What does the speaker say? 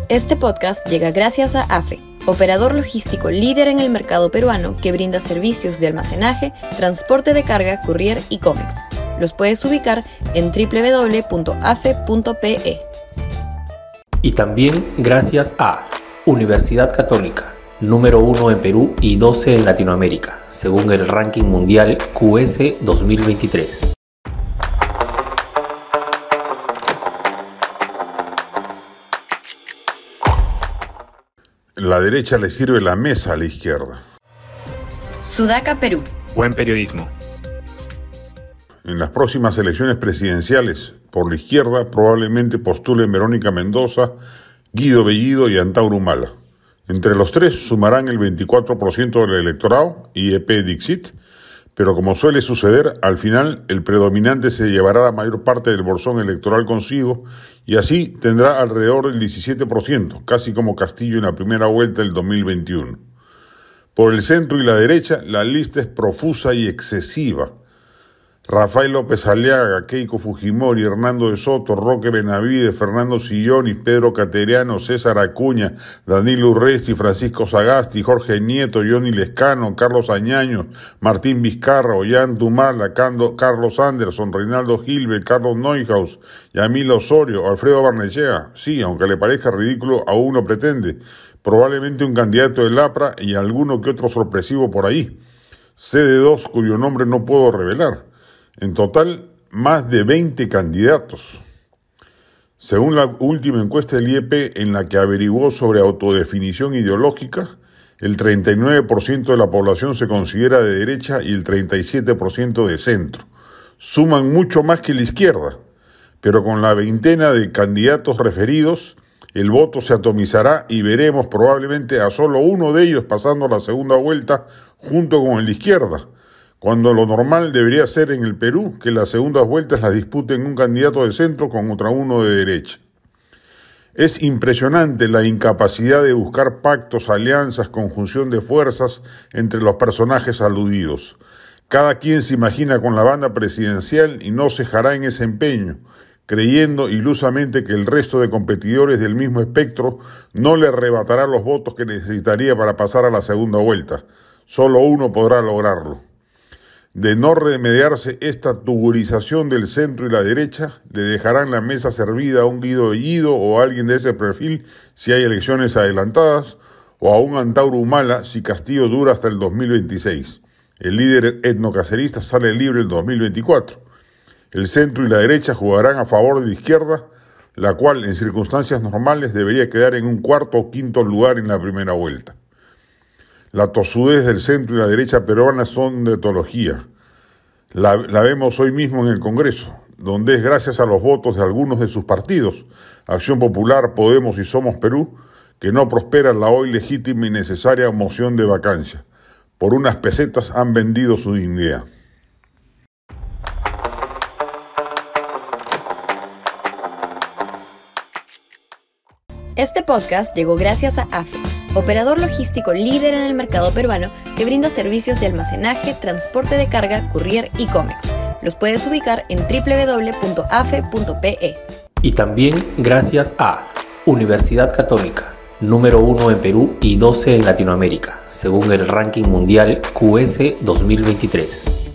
Este podcast llega gracias a AFE, operador logístico líder en el mercado peruano que brinda servicios de almacenaje, transporte de carga, courier y cómics. Los puedes ubicar en www.afe.pe. Y también gracias a Universidad Católica, número 1 en Perú y 12 en Latinoamérica, según el ranking mundial QS 2023. La derecha le sirve la mesa a la izquierda. Sudaca, Perú. Buen periodismo. En las próximas elecciones presidenciales, por la izquierda probablemente postulen Verónica Mendoza, Guido Bellido y Antauro Humala. Entre los tres sumarán el 24% del electorado, IEP Dixit, pero como suele suceder, al final el predominante se llevará la mayor parte del bolsón electoral consigo y así tendrá alrededor del 17%, casi como Castillo en la primera vuelta del 2021. Por el centro y la derecha, la lista es profusa y excesiva. Rafael López Aliaga, Keiko Fujimori, Hernando de Soto, Roque Benavides, Fernando Sillonis, Pedro Cateriano, César Acuña, Danilo Urresti, Francisco Sagasti, Jorge Nieto, Johnny Lescano, Carlos Añaños, Martín Vizcarra, Ollanta Humala, Carlos Anderson, Reinaldo Gilbert, Carlos Neuhaus, Yamila Osorio, Alfredo Barnechea. Sí, aunque le parezca ridículo, aún lo pretende. Probablemente un candidato del APRA y alguno que otro sorpresivo por ahí. Sé de dos cuyo nombre no puedo revelar. En total, más de 20 candidatos. Según la última encuesta del IEP en la que averiguó sobre autodefinición ideológica, el 39% de la población se considera de derecha y el 37% de centro. Suman mucho más que la izquierda, pero con la veintena de candidatos referidos, el voto se atomizará y veremos probablemente a solo uno de ellos pasando la segunda vuelta junto con el de izquierda, cuando lo normal debería ser en el Perú que las segundas vueltas las disputen un candidato de centro contra uno de derecha. Es impresionante la incapacidad de buscar pactos, alianzas, conjunción de fuerzas entre los personajes aludidos. Cada quien se imagina con la banda presidencial y no cejará en ese empeño, creyendo ilusamente que el resto de competidores del mismo espectro no le arrebatará los votos que necesitaría para pasar a la segunda vuelta. Solo uno podrá lograrlo. De no remediarse esta tuburización del centro y la derecha, le dejarán la mesa servida a un Guido Bellido o a alguien de ese perfil si hay elecciones adelantadas, o a un Antauro Humala si Castillo dura hasta el 2026. El líder etnocacerista sale libre el 2024. El centro y la derecha jugarán a favor de la izquierda, la cual en circunstancias normales debería quedar en un cuarto o quinto lugar en la primera vuelta. La tosudez del centro y la derecha peruana son de etología. La vemos hoy mismo en el Congreso, donde es gracias a los votos de algunos de sus partidos, Acción Popular, Podemos y Somos Perú, que no prospera la hoy legítima y necesaria moción de vacancia. Por unas pesetas han vendido su dignidad. Este podcast llegó gracias a AFE, operador logístico líder en el mercado peruano que brinda servicios de almacenaje, transporte de carga, courier y cómics. Los puedes ubicar en www.afe.pe. Y también gracias a Universidad Católica, número 1 en Perú y 12 en Latinoamérica, según el ranking mundial QS 2023.